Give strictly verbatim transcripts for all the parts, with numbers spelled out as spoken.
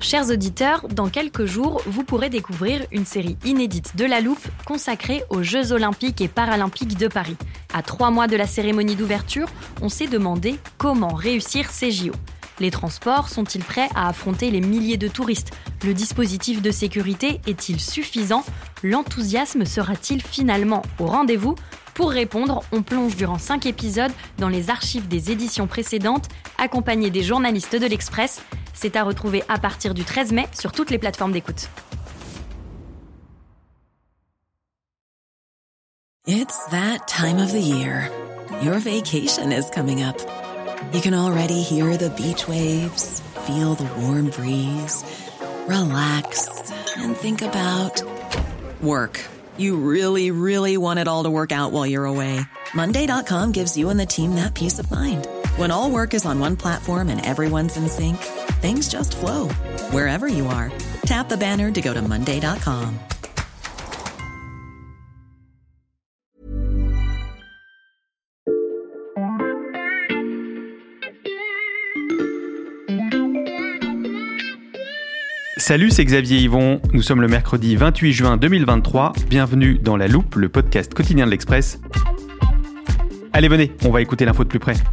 Chers auditeurs, dans quelques jours, vous pourrez découvrir une série inédite de La Loupe consacrée aux Jeux Olympiques et Paralympiques de Paris. À trois mois de la cérémonie d'ouverture, on s'est demandé comment réussir ces J O. Les transports sont-ils prêts à affronter les milliers de touristes ? Le dispositif de sécurité est-il suffisant ? L'enthousiasme sera-t-il finalement au rendez-vous ? Pour répondre, on plonge durant cinq épisodes dans les archives des éditions précédentes, accompagnés des journalistes de l'Express. C'est à retrouver à partir du treize mai sur toutes les plateformes d'écoute. It's that time of the year. Your vacation is coming up. You can already hear the beach waves, feel the warm breeze, relax, and think about work. You really, really want it all to work out while you're away. Monday dot com gives you and the team that peace of mind. When all work is on one platform and everyone's in sync, things just flow. Wherever you are, tap the banner to go to Monday dot com. Salut, c'est Xavier Yvon. Nous sommes le mercredi vingt-huit juin deux mille vingt-trois. Bienvenue dans La Loupe, le podcast quotidien de l'Express. Allez, venez, on va écouter l'info de plus près.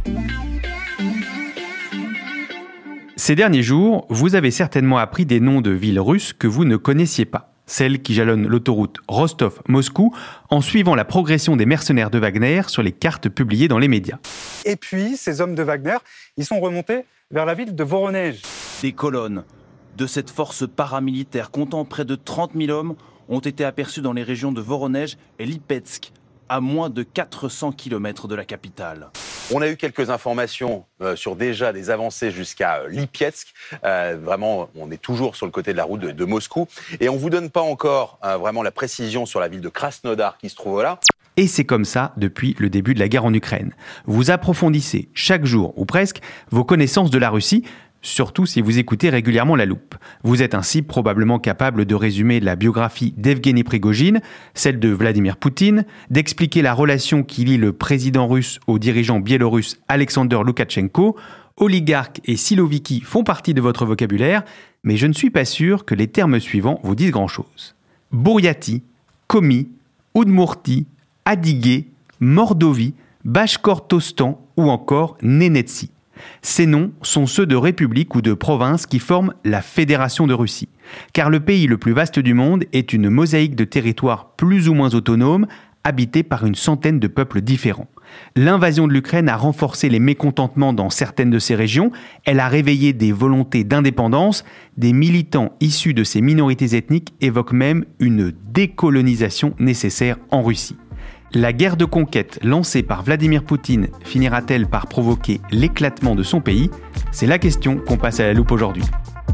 Ces derniers jours, vous avez certainement appris des noms de villes russes que vous ne connaissiez pas. Celles qui jalonnent l'autoroute Rostov-Moscou en suivant la progression des mercenaires de Wagner sur les cartes publiées dans les médias. Et puis, ces hommes de Wagner, ils sont remontés vers la ville de Voronej. Des colonnes de cette force paramilitaire comptant près de trente mille hommes ont été aperçues dans les régions de Voronej et Lipetsk, à moins de quatre cents kilomètres de la capitale. On a eu quelques informations euh, sur déjà des avancées jusqu'à euh, Lipetsk. Euh, vraiment, on est toujours sur le côté de la route de, de Moscou. Et on ne vous donne pas encore euh, vraiment la précision sur la ville de Krasnodar qui se trouve là. Et c'est comme ça depuis le début de la guerre en Ukraine. Vous approfondissez chaque jour, ou presque, vos connaissances de la Russie, surtout si vous écoutez régulièrement La Loupe. Vous êtes ainsi probablement capable de résumer la biographie d'Evgeny Prigojine, celle de Vladimir Poutine, d'expliquer la relation qui lie le président russe au dirigeant biélorusse Alexander Loukachenko. Oligarques et Siloviki font partie de votre vocabulaire, mais je ne suis pas sûr que les termes suivants vous disent grand-chose. Bouriati, Komi, Udmurtie, Adigé, Mordovie, Bashkortostan ou encore Nénétsie. Ces noms sont ceux de républiques ou de provinces qui forment la Fédération de Russie. Car le pays le plus vaste du monde est une mosaïque de territoires plus ou moins autonomes, habités par une centaine de peuples différents. L'invasion de l'Ukraine a renforcé les mécontentements dans certaines de ces régions, elle a réveillé des volontés d'indépendance, des militants issus de ces minorités ethniques évoquent même une décolonisation nécessaire en Russie. La guerre de conquête lancée par Vladimir Poutine finira-t-elle par provoquer l'éclatement de son pays ? C'est la question qu'on passe à la loupe aujourd'hui.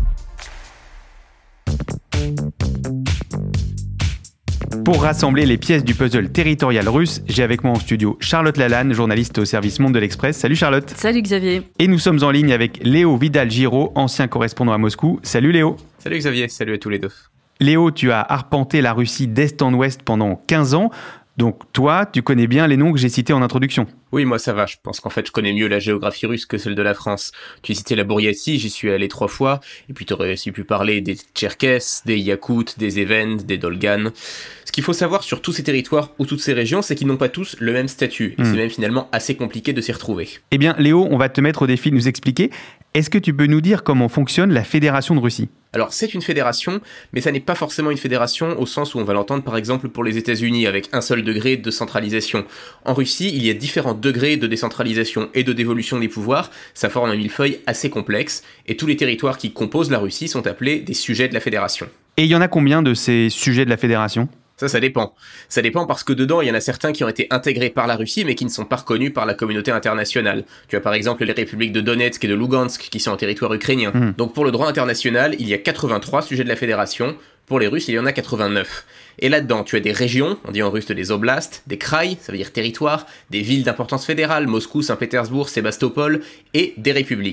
Pour rassembler les pièces du puzzle territorial russe, j'ai avec moi en studio Charlotte Lalanne, journaliste au service Monde de l'Express. Salut Charlotte. Salut Xavier. Et nous sommes en ligne avec Léo Vidal-Giraud, ancien correspondant à Moscou. Salut Léo. Salut Xavier, salut à tous les deux. Léo, tu as arpenté la Russie d'est en ouest pendant quinze ans. Donc toi, tu connais bien les noms que j'ai cités en introduction. Oui, moi ça va, je pense qu'en fait je connais mieux la géographie russe que celle de la France. Tu citais la Bouriatie, j'y suis allé trois fois, et puis tu aurais aussi pu parler des Tcherkesses, des Yakoutes, des Évènes, des Dolganes. Ce qu'il faut savoir sur tous ces territoires ou toutes ces régions, c'est qu'ils n'ont pas tous le même statut, et mmh. c'est même finalement assez compliqué de s'y retrouver. Eh bien Léo, on va te mettre au défi de nous expliquer. Est-ce que tu peux nous dire comment fonctionne la Fédération de Russie ? Alors c'est une fédération, mais ça n'est pas forcément une fédération au sens où on va l'entendre par exemple pour les États-Unis avec un seul degré de centralisation. En Russie, il y a différents degrés de décentralisation et de dévolution des pouvoirs, ça forme un millefeuille assez complexe, et tous les territoires qui composent la Russie sont appelés des sujets de la fédération. Et il y en a combien de ces sujets de la fédération ? Ça, ça dépend. Ça dépend parce que dedans, il y en a certains qui ont été intégrés par la Russie, mais qui ne sont pas reconnus par la communauté internationale. Tu as par exemple les républiques de Donetsk et de Lugansk, qui sont en territoire ukrainien. Mmh. Donc pour le droit international, il y a quatre-vingt-trois sujets de la fédération. Pour les Russes, il y en a quatre-vingt-neuf. Et là-dedans, tu as des régions, on dit en russe des oblasts, des kraïs, ça veut dire territoire, des villes d'importance fédérale, Moscou, Saint-Pétersbourg, Sébastopol, et des républiques.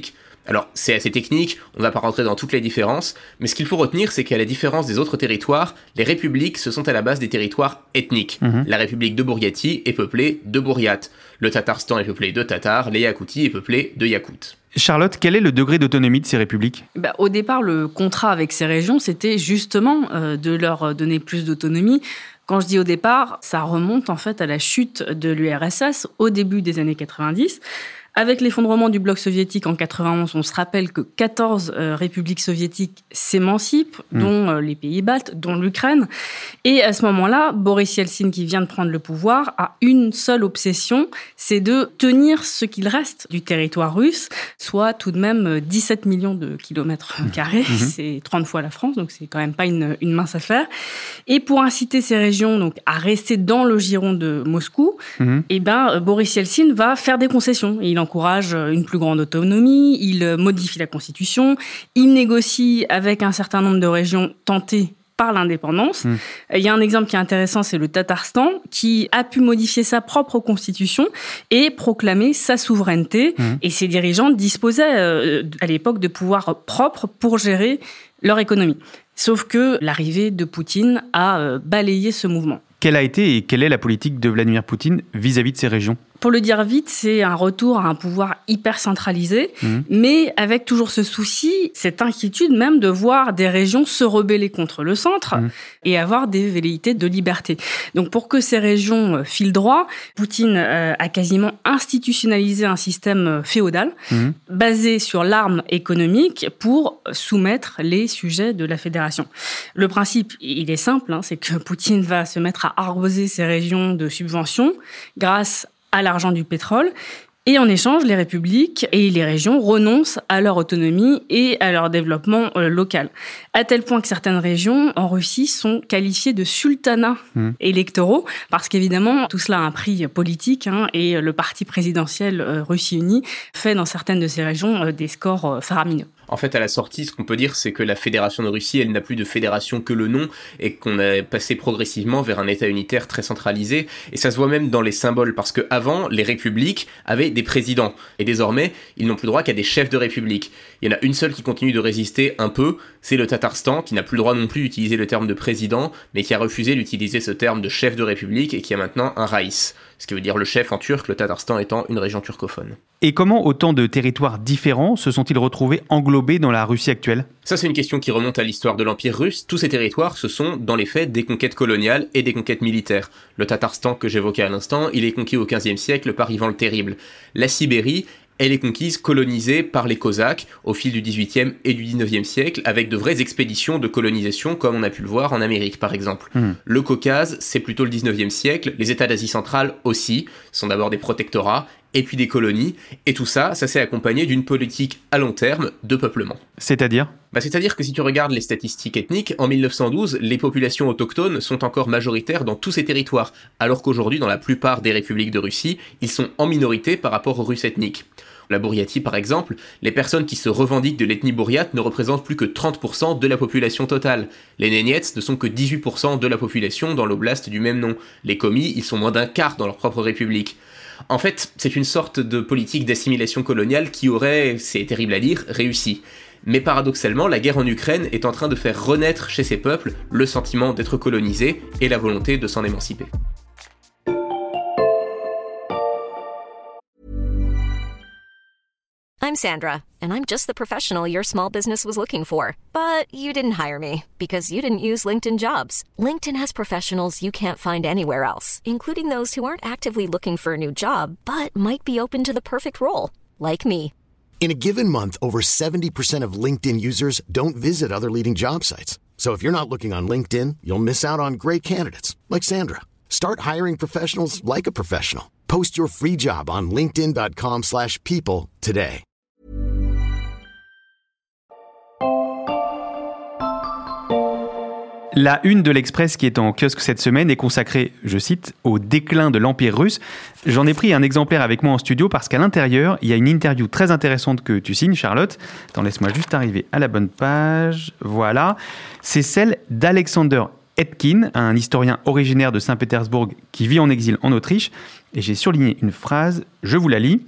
Alors, c'est assez technique, on ne va pas rentrer dans toutes les différences, mais ce qu'il faut retenir, c'est qu'à la différence des autres territoires, les républiques, ce sont à la base des territoires ethniques. Mmh. La république de Bouriatie est peuplée de Bouriates, le Tatarstan est peuplé de Tatars, les Yakouties est peuplé de Yakoutes. Charlotte, quel est le degré d'autonomie de ces républiques ? bah, Au départ, le contrat avec ces régions, c'était justement euh, de leur donner plus d'autonomie. Quand je dis au départ, ça remonte en fait à la chute de l'U R S S au début des années quatre-vingt-dix. Avec l'effondrement du bloc soviétique en quatre-vingt-onze, on se rappelle que quatorze euh, républiques soviétiques s'émancipent, mmh. dont euh, les pays baltes, dont l'Ukraine. Et à ce moment-là, Boris Yeltsin, qui vient de prendre le pouvoir, a une seule obsession, c'est de tenir ce qu'il reste du territoire russe, soit tout de même dix-sept millions de kilomètres carrés. Mmh. C'est trente fois la France, donc c'est quand même pas une, une mince affaire. Et pour inciter ces régions donc, à rester dans le giron de Moscou, mmh. eh ben, Boris Yeltsin va faire des concessions. Il encourage une plus grande autonomie, il modifie la Constitution, il négocie avec un certain nombre de régions tentées par l'indépendance. Mmh. Il y a un exemple qui est intéressant, c'est le Tatarstan, qui a pu modifier sa propre constitution et proclamer sa souveraineté. Mmh. Et ses dirigeants disposaient euh, à l'époque de pouvoirs propres pour gérer leur économie. Sauf que l'arrivée de Poutine a euh, balayé ce mouvement. Quelle a été et quelle est la politique de Vladimir Poutine vis-à-vis de ces régions ? Pour le dire vite, c'est un retour à un pouvoir hyper centralisé, mmh. mais avec toujours ce souci, cette inquiétude même de voir des régions se rebeller contre le centre mmh. et avoir des velléités de liberté. Donc pour que ces régions filent droit, Poutine euh, a quasiment institutionnalisé un système féodal mmh. basé sur l'arme économique pour soumettre les sujets de la fédération. Le principe, il est simple, hein, c'est que Poutine va se mettre à arroser ces régions de subventions grâce à l'argent du pétrole. Et en échange, les républiques et les régions renoncent à leur autonomie et à leur développement euh, local. À tel point que certaines régions en Russie sont qualifiées de sultanats mmh. électoraux, parce qu'évidemment, tout cela a un prix politique, hein, et le parti présidentiel euh, Russie Unie fait dans certaines de ces régions euh, des scores euh, faramineux. En fait, à la sortie, ce qu'on peut dire, c'est que la Fédération de Russie, elle n'a plus de fédération que le nom, et qu'on a passé progressivement vers un État unitaire très centralisé. Et ça se voit même dans les symboles, parce qu'avant, les républiques avaient des présidents. Et désormais, ils n'ont plus droit qu'à des chefs de république. Il y en a une seule qui continue de résister un peu, c'est le Tatarstan, qui n'a plus le droit non plus d'utiliser le terme de président, mais qui a refusé d'utiliser ce terme de chef de république, et qui a maintenant un raïs. Ce qui veut dire le chef en turc, le Tatarstan étant une région turcophone. Et comment autant de territoires différents se sont-ils retrouvés englobés dans la Russie actuelle ? Ça, c'est une question qui remonte à l'histoire de l'Empire russe. Tous ces territoires, ce sont, dans les faits, des conquêtes coloniales et des conquêtes militaires. Le Tatarstan, que j'évoquais à l'instant, il est conquis au quinzième siècle par Ivan le Terrible. La Sibérie, elle est conquise, colonisée par les Cosaques au fil du dix-huitième et du dix-neuvième siècle, avec de vraies expéditions de colonisation, comme on a pu le voir en Amérique, par exemple. Mmh. Le Caucase, c'est plutôt le dix-neuvième siècle, les États d'Asie centrale aussi, sont d'abord des protectorats, et puis des colonies, et tout ça, ça s'est accompagné d'une politique à long terme de peuplement. C'est-à-dire ? Bah, c'est-à-dire que si tu regardes les statistiques ethniques, en mille neuf cent douze, les populations autochtones sont encore majoritaires dans tous ces territoires, alors qu'aujourd'hui, dans la plupart des républiques de Russie, ils sont en minorité par rapport aux Russes ethniques. La Bouriatie, par exemple, les personnes qui se revendiquent de l'ethnie bouriate ne représentent plus que trente pour cent de la population totale. Les Néniets ne sont que dix-huit pour cent de la population dans l'oblast du même nom. Les Komis, ils sont moins d'un quart dans leur propre république. En fait, c'est une sorte de politique d'assimilation coloniale qui aurait, c'est terrible à dire, réussi. Mais paradoxalement, la guerre en Ukraine est en train de faire renaître chez ces peuples le sentiment d'être colonisés et la volonté de s'en émanciper. I'm Sandra, and I'm just the professional your small business was looking for. But you didn't hire me, because you didn't use LinkedIn Jobs. LinkedIn has professionals you can't find anywhere else, including those who aren't actively looking for a new job, but might be open to the perfect role, like me. In a given month, over seventy percent of LinkedIn users don't visit other leading job sites. So if you're not looking on LinkedIn, you'll miss out on great candidates, like Sandra. Start hiring professionals like a professional. Post your free job on linkedin.com slash people today. La une de l'Express qui est en kiosque cette semaine est consacrée, je cite, au déclin de l'Empire russe. J'en ai pris un exemplaire avec moi en studio parce qu'à l'intérieur, il y a une interview très intéressante que tu signes, Charlotte. Attends, laisse-moi juste arriver à la bonne page. Voilà. C'est celle d'Alexander Etkin, un historien originaire de Saint-Pétersbourg qui vit en exil en Autriche. Et j'ai surligné une phrase, je vous la lis.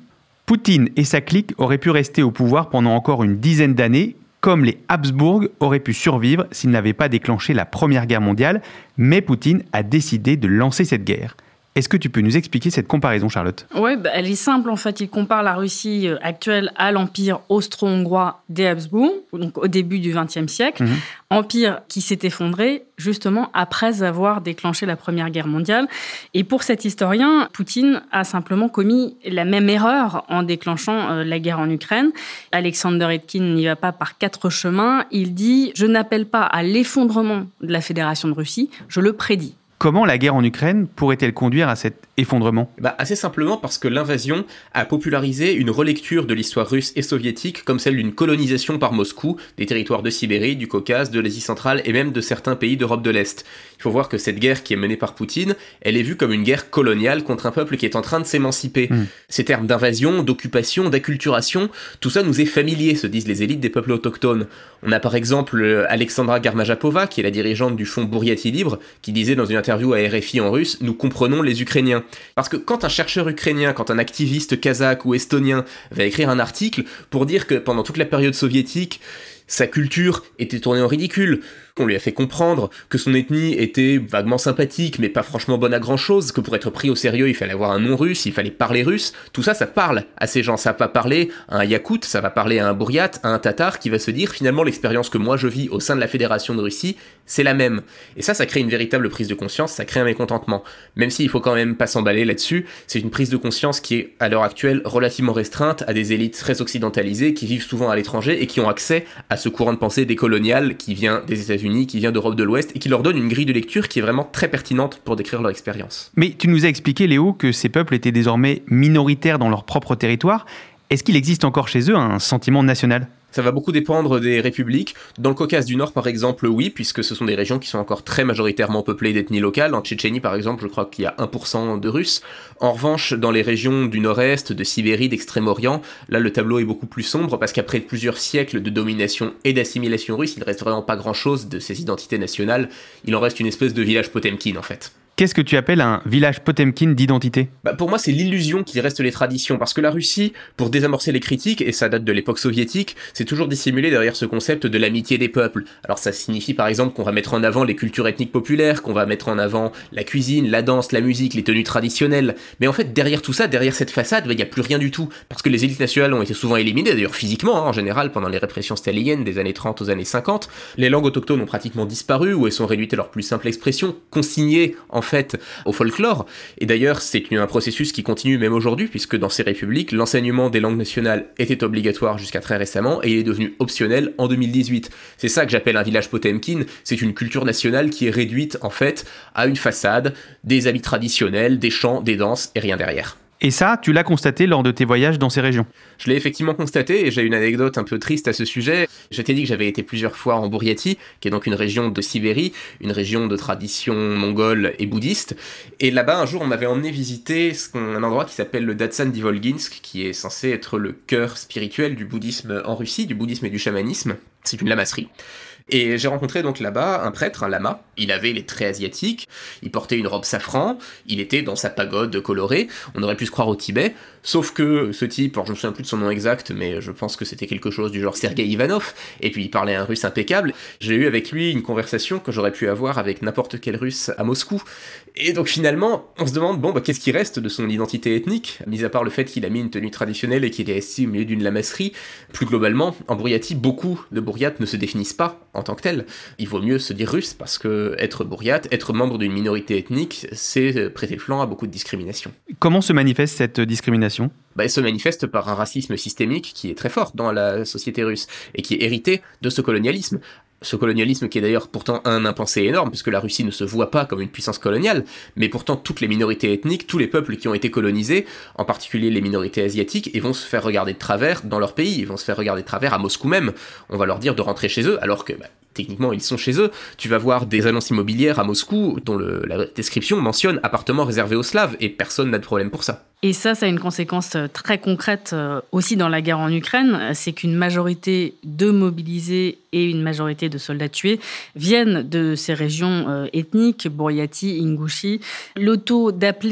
Poutine et sa clique auraient pu rester au pouvoir pendant encore une dizaine d'années, comme les Habsbourg auraient pu survivre s'ils n'avaient pas déclenché la Première Guerre mondiale, mais Poutine a décidé de lancer cette guerre. Est-ce que tu peux nous expliquer cette comparaison, Charlotte ? Oui, bah, elle est simple en fait. Il compare la Russie actuelle à l'empire austro-hongrois des Habsbourg, donc au début du vingtième siècle. Mmh. Empire qui s'est effondré justement après avoir déclenché la Première Guerre mondiale. Et pour cet historien, Poutine a simplement commis la même erreur en déclenchant euh, la guerre en Ukraine. Alexander Etkin n'y va pas par quatre chemins. Il dit « Je n'appelle pas à l'effondrement de la Fédération de Russie, je le prédis ». Comment la guerre en Ukraine pourrait-elle conduire à cet effondrement ? Bah, assez simplement parce que l'invasion a popularisé une relecture de l'histoire russe et soviétique comme celle d'une colonisation par Moscou des territoires de Sibérie, du Caucase, de l'Asie centrale et même de certains pays d'Europe de l'Est. Il faut voir que cette guerre qui est menée par Poutine, elle est vue comme une guerre coloniale contre un peuple qui est en train de s'émanciper. Mmh. Ces termes d'invasion, d'occupation, d'acculturation, tout ça nous est familier, se disent les élites des peuples autochtones. On a par exemple Alexandra Garmajapova, qui est la dirigeante du fonds Bouriati Libre, qui disait dans une interview à R F I en russe « Nous comprenons les Ukrainiens ». Parce que quand un chercheur ukrainien, quand un activiste kazakh ou estonien va écrire un article pour dire que pendant toute la période soviétique, sa culture était tournée en ridicule, qu'on lui a fait comprendre que son ethnie était vaguement sympathique, mais pas franchement bonne à grand-chose, que pour être pris au sérieux, il fallait avoir un nom russe, il fallait parler russe, tout ça, ça parle à ces gens. Ça va parler à un Yakoute, ça va parler à un Bouriat, à un Tatar, qui va se dire, finalement, l'expérience que moi je vis au sein de la Fédération de Russie, c'est la même. Et ça, ça crée une véritable prise de conscience, ça crée un mécontentement. Même s'il faut quand même pas s'emballer là-dessus, c'est une prise de conscience qui est, à l'heure actuelle, relativement restreinte à des élites très occidentalisées, qui vivent souvent à l'étranger et qui ont accès à ce courant de pensée décolonial qui vient des États-Unis, qui vient d'Europe de l'Ouest et qui leur donne une grille de lecture qui est vraiment très pertinente pour décrire leur expérience. Mais tu nous as expliqué, Léo, que ces peuples étaient désormais minoritaires dans leur propre territoire. Est-ce qu'il existe encore chez eux un sentiment national ? Ça va beaucoup dépendre des républiques. Dans le Caucase du Nord, par exemple, oui, puisque ce sont des régions qui sont encore très majoritairement peuplées d'ethnies locales. En Tchétchénie, par exemple, je crois qu'il y a un pour cent de Russes. En revanche, dans les régions du Nord-Est, de Sibérie, d'Extrême-Orient, là, le tableau est beaucoup plus sombre, parce qu'après plusieurs siècles de domination et d'assimilation russe, il ne reste vraiment pas grand-chose de ces identités nationales. Il en reste une espèce de village Potemkin, en fait. Qu'est-ce que tu appelles un village Potemkin d'identité ? Bah pour moi, c'est l'illusion qu'il reste les traditions, parce que la Russie, pour désamorcer les critiques, et ça date de l'époque soviétique, c'est toujours dissimulé derrière ce concept de l'amitié des peuples. Alors ça signifie par exemple qu'on va mettre en avant les cultures ethniques populaires, qu'on va mettre en avant la cuisine, la danse, la musique, les tenues traditionnelles. Mais en fait, derrière tout ça, derrière cette façade, il bah, n'y a plus rien du tout, parce que les élites nationales ont été souvent éliminées, d'ailleurs physiquement, hein, en général, pendant les répressions staliniennes des années trente aux années cinquante. Les langues autochtones ont pratiquement disparu, ou elles sont réduites à leur plus simple expression, consignées en fait au folklore, et d'ailleurs c'est un processus qui continue même aujourd'hui, puisque dans ces républiques, l'enseignement des langues nationales était obligatoire jusqu'à très récemment, et il est devenu optionnel en deux mille dix-huit. C'est ça que j'appelle un village Potemkin, c'est une culture nationale qui est réduite en fait à une façade, des habits traditionnels, des chants, des danses, et rien derrière. Et ça, tu l'as constaté lors de tes voyages dans ces régions ? Je l'ai effectivement constaté, et j'ai une anecdote un peu triste à ce sujet. Je t'ai dit que j'avais été plusieurs fois en Bouriatie, qui est donc une région de Sibérie, une région de tradition mongole et bouddhiste. Et là-bas, un jour, on m'avait emmené visiter un endroit qui s'appelle le Datsan d'Ivolginsk, qui est censé être le cœur spirituel du bouddhisme en Russie, du bouddhisme et du chamanisme. C'est une lamasserie. Et j'ai rencontré donc là-bas un prêtre, un lama. Il avait les traits asiatiques, il portait une robe safran, il était dans sa pagode colorée, on aurait pu se croire au Tibet, sauf que ce type, alors je me souviens plus de son nom exact, mais je pense que c'était quelque chose du genre Sergei Ivanov, et puis il parlait un russe impeccable. J'ai eu avec lui une conversation que j'aurais pu avoir avec n'importe quel russe à Moscou. Et donc finalement, on se demande, bon, bah, qu'est-ce qui reste de son identité ethnique, mis à part le fait qu'il a mis une tenue traditionnelle et qu'il est assis au milieu d'une lamasserie. Plus globalement, en Bouriatie, beaucoup de Bouriates ne se définissent pas en tant que tel. Il vaut mieux se dire russe, parce que être Bouriate, être membre d'une minorité ethnique, c'est prêter le flanc à beaucoup de discrimination. Comment se manifeste cette discrimination ? Bah, elle se manifeste par un racisme systémique qui est très fort dans la société russe, et qui est hérité de ce colonialisme. Ce colonialisme qui est d'ailleurs pourtant un impensé énorme, puisque la Russie ne se voit pas comme une puissance coloniale, mais pourtant toutes les minorités ethniques, tous les peuples qui ont été colonisés, en particulier les minorités asiatiques, ils vont se faire regarder de travers dans leur pays, ils vont se faire regarder de travers à Moscou même. On va leur dire de rentrer chez eux, alors que bah, techniquement ils sont chez eux. Tu vas voir des annonces immobilières à Moscou dont le, la description mentionne appartement réservé aux Slaves, et personne n'a de problème pour ça. Et ça, ça a une conséquence très concrète aussi dans la guerre en Ukraine, c'est qu'une majorité de mobilisés et une majorité de soldats tués viennent de ces régions ethniques, Bouriatie, Ingouchie. Le taux d'appelés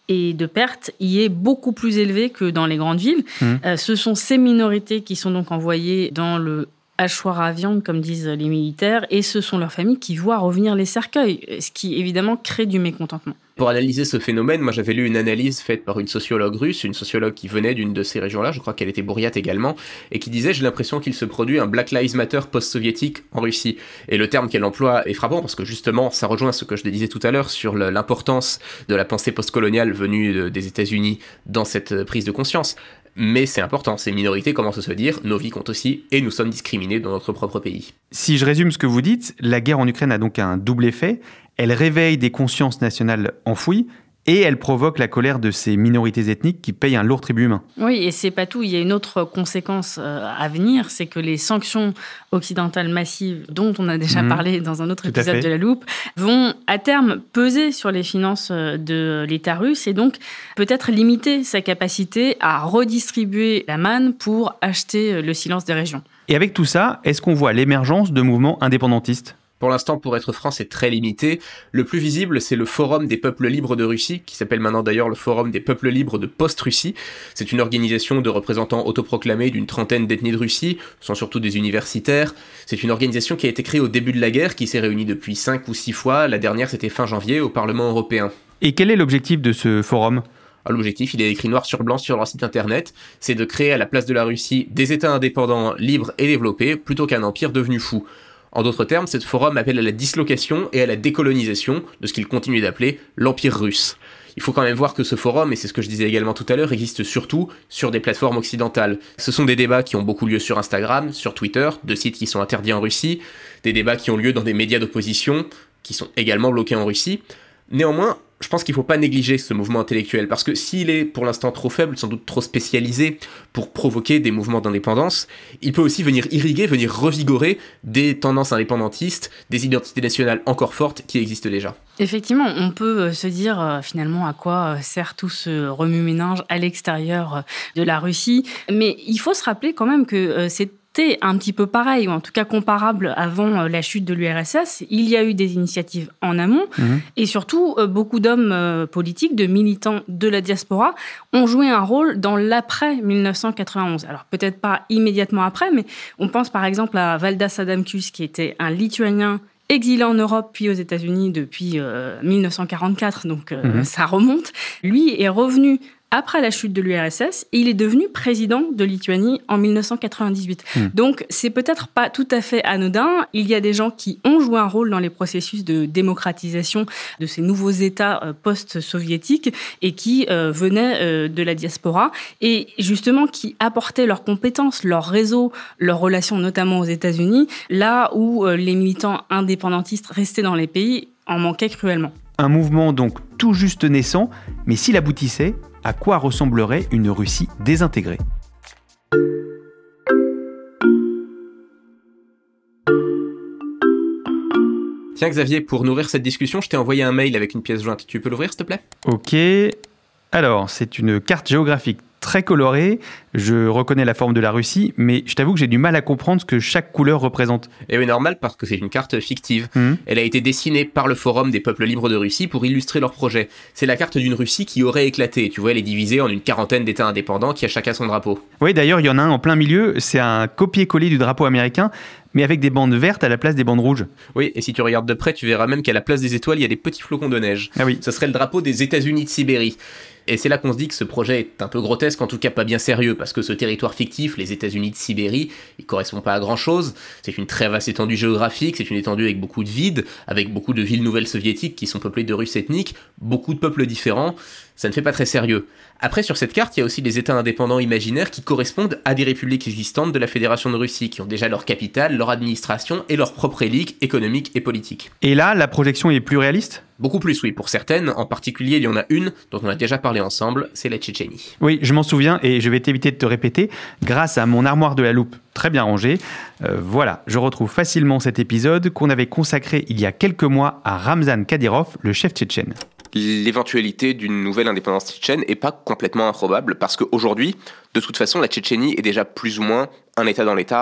et de pertes y est beaucoup plus élevé que dans les grandes villes. Mmh. Euh, ce sont ces minorités qui sont donc envoyées dans le hachoir à viande, comme disent les militaires, et ce sont leurs familles qui voient revenir les cercueils, ce qui évidemment crée du mécontentement. Pour analyser ce phénomène, moi j'avais lu une analyse faite par une sociologue russe, une sociologue qui venait d'une de ces régions-là, je crois qu'elle était Bouriat également, et qui disait « J'ai l'impression qu'il se produit un Black Lives Matter post-soviétique en Russie ». Et le terme qu'elle emploie est frappant parce que justement, ça rejoint ce que je disais tout à l'heure sur l'importance de la pensée postcoloniale venue des États-Unis dans cette prise de conscience. Mais c'est important, ces minorités commencent à se dire « Nos vies comptent aussi et nous sommes discriminés dans notre propre pays ». Si je résume ce que vous dites, la guerre en Ukraine a donc un double effet. Elle réveille des consciences nationales enfouies et elle provoque la colère de ces minorités ethniques qui payent un lourd tribut humain. Oui, et c'est pas tout. Il y a une autre conséquence à venir, c'est que les sanctions occidentales massives, dont on a déjà mmh. parlé dans un autre tout épisode de La Loupe, vont à terme peser sur les finances de l'État russe et donc peut-être limiter sa capacité à redistribuer la manne pour acheter le silence des régions. Et avec tout ça, est-ce qu'on voit l'émergence de mouvements indépendantistes ? Pour l'instant, pour être franc, c'est très limité. Le plus visible, c'est le Forum des peuples libres de Russie, qui s'appelle maintenant d'ailleurs le Forum des peuples libres de Post-Russie. C'est une organisation de représentants autoproclamés d'une trentaine d'ethnies de Russie, ce sont surtout des universitaires. C'est une organisation qui a été créée au début de la guerre, qui s'est réunie depuis cinq ou six fois. La dernière, c'était fin janvier, au Parlement européen. Et quel est l'objectif de ce forum ? L'objectif, il est écrit noir sur blanc sur leur site internet, c'est de créer à la place de la Russie des États indépendants, libres et développés, plutôt qu'un empire devenu fou. En d'autres termes, ce forum appelle à la dislocation et à la décolonisation de ce qu'il continue d'appeler l'Empire russe. Il faut quand même voir que ce forum, et c'est ce que je disais également tout à l'heure, existe surtout sur des plateformes occidentales. Ce sont des débats qui ont beaucoup lieu sur Instagram, sur Twitter, deux sites qui sont interdits en Russie, des débats qui ont lieu dans des médias d'opposition, qui sont également bloqués en Russie. Néanmoins, je pense qu'il ne faut pas négliger ce mouvement intellectuel, parce que s'il est pour l'instant trop faible, sans doute trop spécialisé pour provoquer des mouvements d'indépendance, il peut aussi venir irriguer, venir revigorer des tendances indépendantistes, des identités nationales encore fortes qui existent déjà. Effectivement, on peut se dire euh, finalement à quoi sert tout ce remue-ménage à l'extérieur de la Russie, mais il faut se rappeler quand même que euh, c'est C'était un petit peu pareil, ou en tout cas comparable avant la chute de l'U R S S. Il y a eu des initiatives en amont, mmh. et surtout, beaucoup d'hommes politiques, de militants de la diaspora, ont joué un rôle dans l'après dix-neuf cent quatre-vingt-onze. Alors peut-être pas immédiatement après, mais on pense par exemple à Valdas Adamkus, qui était un Lituanien exilé en Europe puis aux États-Unis depuis euh, dix-neuf cent quarante-quatre, donc euh, mmh. ça remonte. Lui est revenu après la chute de l'U R S S, et il est devenu président de Lituanie en dix-neuf cent quatre-vingt-dix-huit. Mmh. Donc, c'est peut-être pas tout à fait anodin. Il y a des gens qui ont joué un rôle dans les processus de démocratisation de ces nouveaux États euh, post-soviétiques et qui euh, venaient euh, de la diaspora et justement qui apportaient leurs compétences, leurs réseaux, leurs relations notamment aux États-Unis, là où euh, les militants indépendantistes restés dans les pays en manquaient cruellement. Un mouvement donc tout juste naissant, mais s'il aboutissait, à quoi ressemblerait une Russie désintégrée ? Tiens Xavier, pour nourrir cette discussion, je t'ai envoyé un mail avec une pièce jointe. Tu peux l'ouvrir s'il te plaît ? Ok. Alors, c'est une carte géographique très colorée. Je reconnais la forme de la Russie, mais je t'avoue que j'ai du mal à comprendre ce que chaque couleur représente. Et oui, normal, parce que c'est une carte fictive. Mmh. Elle a été dessinée par le Forum des peuples libres de Russie pour illustrer leur projet. C'est la carte d'une Russie qui aurait éclaté. Tu vois, elle est divisée en une quarantaine d'États indépendants qui a chacun son drapeau. Oui, d'ailleurs, il y en a un en plein milieu. C'est un copier-coller du drapeau américain, mais avec des bandes vertes à la place des bandes rouges. Oui, et si tu regardes de près, tu verras même qu'à la place des étoiles, il y a des petits flocons de neige. Ah oui. Ce serait le drapeau des États-Unis de Sibérie. Et c'est là qu'on se dit que ce projet est un peu grotesque, en tout cas pas bien sérieux, parce que ce territoire fictif, les États-Unis de Sibérie, il correspond pas à grand-chose. C'est une très vaste étendue géographique, c'est une étendue avec beaucoup de vide, avec beaucoup de villes nouvelles soviétiques qui sont peuplées de Russes ethniques, beaucoup de peuples différents. Ça ne fait pas très sérieux. Après, sur cette carte, il y a aussi les États indépendants imaginaires qui correspondent à des républiques existantes de la Fédération de Russie, qui ont déjà leur capitale, leur administration et leur propre élite économique et politique. Et là, la projection est plus réaliste ? Beaucoup plus, oui, pour certaines. En particulier, il y en a une dont on a déjà parlé ensemble, c'est la Tchétchénie. Oui, je m'en souviens et je vais t'éviter de te répéter. Grâce à mon armoire de la loupe très bien rangée, euh, voilà, je retrouve facilement cet épisode qu'on avait consacré il y a quelques mois à Ramzan Kadyrov, le chef tchétchène. L'éventualité d'une nouvelle indépendance tchétchène n'est pas complètement improbable parce qu'aujourd'hui, de toute façon, la Tchétchénie est déjà plus ou moins un État dans l'État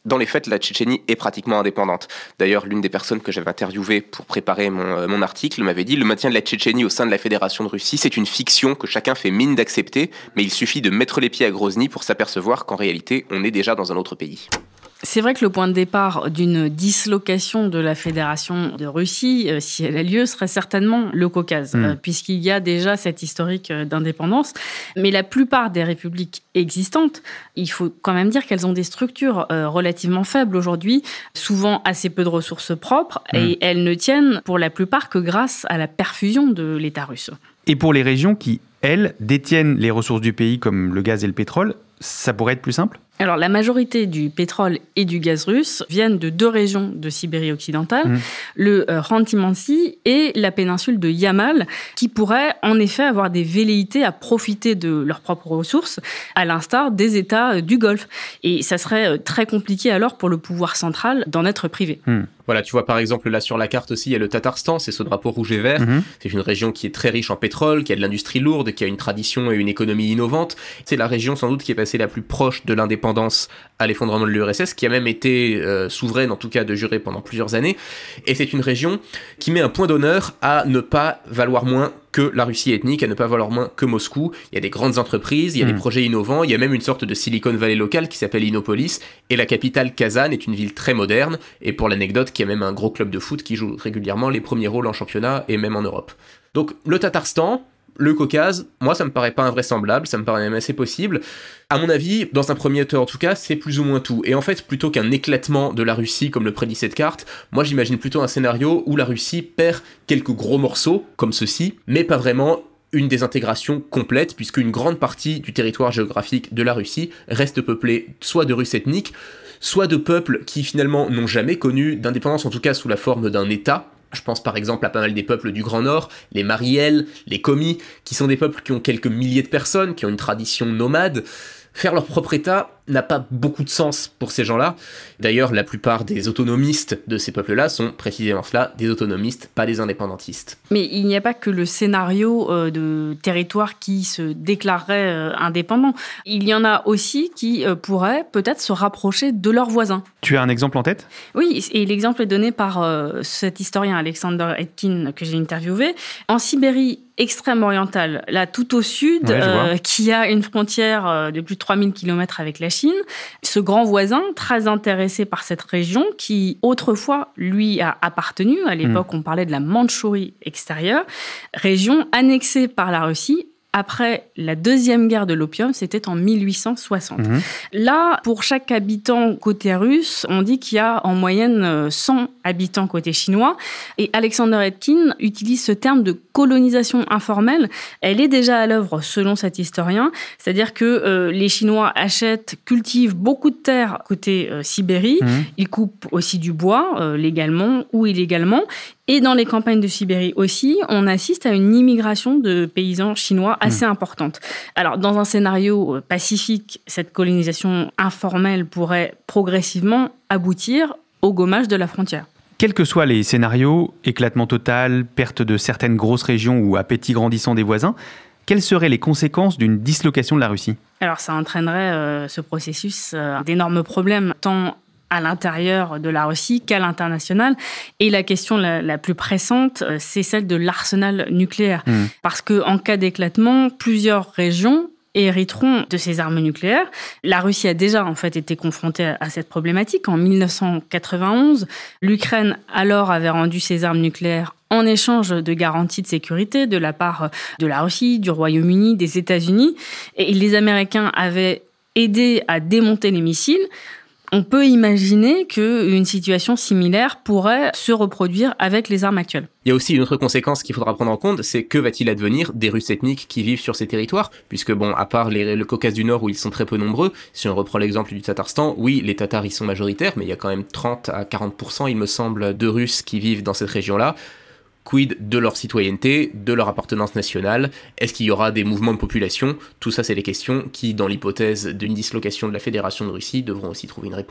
dans les faits, la Tchétchénie est pratiquement indépendante. D'ailleurs, l'une des personnes que j'avais interviewées pour préparer mon, euh, mon article m'avait dit « Le maintien de la Tchétchénie au sein de la Fédération de Russie, c'est une fiction que chacun fait mine d'accepter, mais il suffit de mettre les pieds à Grozny pour s'apercevoir qu'en réalité, on est déjà dans un autre pays. » C'est vrai que le point de départ d'une dislocation de la Fédération de Russie, euh, si elle a lieu, serait certainement le Caucase, mmh. euh, puisqu'il y a déjà cette historique d'indépendance. Mais la plupart des républiques existantes, il faut quand même dire qu'elles ont des structures euh, relativement faibles aujourd'hui, souvent assez peu de ressources propres, mmh. et elles ne tiennent pour la plupart que grâce à la perfusion de l'État russe. Et pour les régions qui, elles, détiennent les ressources du pays comme le gaz et le pétrole, ça pourrait être plus simple ? Alors, la majorité du pétrole et du gaz russe viennent de deux régions de Sibérie occidentale, mmh. le euh, Khanty-Mansi et la péninsule de Yamal, qui pourraient en effet avoir des velléités à profiter de leurs propres ressources, à l'instar des États euh, du Golfe. Et ça serait euh, très compliqué alors pour le pouvoir central d'en être privé. Mmh. Voilà, tu vois par exemple là sur la carte aussi, il y a le Tatarstan, c'est ce drapeau rouge et vert. Mmh. C'est une région qui est très riche en pétrole, qui a de l'industrie lourde, qui a une tradition et une économie innovante. C'est la région sans doute qui est passée la plus proche de l'indépendance à l'effondrement de l'U R S S, qui a même été euh, souveraine, en tout cas de jure pendant plusieurs années. Et c'est une région qui met un point d'honneur à ne pas valoir moins que la Russie ethnique, à ne pas valoir moins que Moscou. Il y a des grandes entreprises, il y a mmh. des projets innovants, il y a même une sorte de Silicon Valley local qui s'appelle Innopolis, et la capitale Kazan est une ville très moderne, et pour l'anecdote, qui a même un gros club de foot qui joue régulièrement les premiers rôles en championnat, et même en Europe. Donc le Tatarstan, le Caucase, moi ça me paraît pas invraisemblable, ça me paraît même assez possible. À mon avis, dans un premier temps en tout cas, c'est plus ou moins tout. Et en fait, plutôt qu'un éclatement de la Russie comme le prédit cette carte, moi j'imagine plutôt un scénario où la Russie perd quelques gros morceaux, comme ceci, mais pas vraiment une désintégration complète, puisqu'une grande partie du territoire géographique de la Russie reste peuplée soit de Russes ethniques, soit de peuples qui finalement n'ont jamais connu d'indépendance, en tout cas sous la forme d'un État. Je pense par exemple à pas mal des peuples du Grand Nord, les Mariels, les Komis, qui sont des peuples qui ont quelques milliers de personnes, qui ont une tradition nomade. Faire leur propre État n'a pas beaucoup de sens pour ces gens-là. D'ailleurs, la plupart des autonomistes de ces peuples-là sont précisément cela, des autonomistes, pas des indépendantistes. Mais il n'y a pas que le scénario euh, de territoire qui se déclarerait euh, indépendant. Il y en a aussi qui euh, pourraient peut-être se rapprocher de leurs voisins. Tu as un exemple en tête ? Oui, et l'exemple est donné par euh, cet historien Alexander Etkin que j'ai interviewé. En Sibérie extrême orientale, là tout au sud, ouais, euh, qui a une frontière euh, de plus de trois mille kilomètres avec la Chine, ce grand voisin, très intéressé par cette région, qui autrefois lui a appartenu, à l'époque mmh. on parlait de la Mandchourie extérieure, région annexée par la Russie après la deuxième guerre de l'opium, c'était en mille huit cent soixante. Mmh. Là, pour chaque habitant côté russe, on dit qu'il y a en moyenne cent habitants côté chinois. Et Alexander Etkin utilise ce terme de colonisation informelle. Elle est déjà à l'œuvre selon cet historien. C'est-à-dire que euh, les Chinois achètent, cultivent beaucoup de terres côté euh, Sibérie. Mmh. Ils coupent aussi du bois, euh, légalement ou illégalement. Et dans les campagnes de Sibérie aussi, on assiste à une immigration de paysans chinois assez mmh. importante. Alors, dans un scénario pacifique, cette colonisation informelle pourrait progressivement aboutir au gommage de la frontière. Quels que soient les scénarios, éclatement total, perte de certaines grosses régions ou appétit grandissant des voisins, quelles seraient les conséquences d'une dislocation de la Russie ? Alors, ça entraînerait euh, ce processus euh, d'énormes problèmes, tant à l'intérieur de la Russie qu'à l'international. Et la question la, la plus pressante, c'est celle de l'arsenal nucléaire. Mmh. Parce qu'en cas d'éclatement, plusieurs régions hériteront de ces armes nucléaires. La Russie a déjà en fait été confrontée à cette problématique. En mille neuf cent quatre-vingt-onze, l'Ukraine alors avait rendu ses armes nucléaires en échange de garanties de sécurité de la part de la Russie, du Royaume-Uni, des États-Unis. Et les Américains avaient aidé à démonter les missiles. On peut imaginer qu'une situation similaire pourrait se reproduire avec les armes actuelles. Il y a aussi une autre conséquence qu'il faudra prendre en compte, c'est que va-t-il advenir des Russes ethniques qui vivent sur ces territoires ? Puisque bon, à part les, le Caucase du Nord où ils sont très peu nombreux, si on reprend l'exemple du Tatarstan, oui, les Tatars y sont majoritaires, mais il y a quand même trente à quarante pour cent, il me semble, de Russes qui vivent dans cette région-là. Quid de leur citoyenneté, de leur appartenance nationale ? Est-ce qu'il y aura des mouvements de population ? Tout ça, c'est les questions qui, dans l'hypothèse d'une dislocation de la Fédération de Russie, devront aussi trouver une réponse.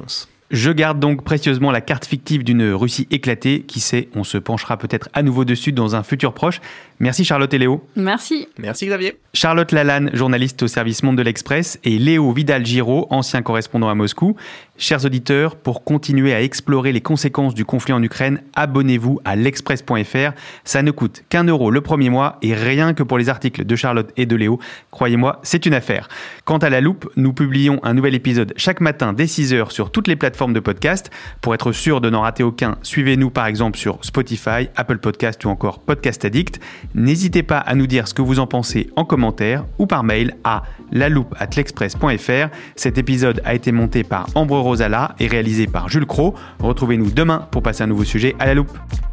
Je garde donc précieusement la carte fictive d'une Russie éclatée. Qui sait, on se penchera peut-être à nouveau dessus dans un futur proche. Merci Charlotte et Léo. Merci. Merci Xavier. Charlotte Lalanne, journaliste au service Monde de l'Express, et Léo Vidal-Giraud, ancien correspondant à Moscou. Chers auditeurs, pour continuer à explorer les conséquences du conflit en Ukraine, abonnez-vous à l'express point f r. Ça ne coûte qu'un euro le premier mois et rien que pour les articles de Charlotte et de Léo. Croyez-moi, c'est une affaire. Quant à La Loupe, nous publions un nouvel épisode chaque matin dès six heures sur toutes les plateformes de podcast. Pour être sûr de n'en rater aucun, suivez-nous par exemple sur Spotify, Apple Podcast ou encore Podcast Addict. N'hésitez pas à nous dire ce que vous en pensez en commentaire ou par mail à laloupe arobase l'express point f r. Cet épisode a été monté par Ambre Rosala et réalisé par Jules Cros. Retrouvez-nous demain pour passer un nouveau sujet à la loupe.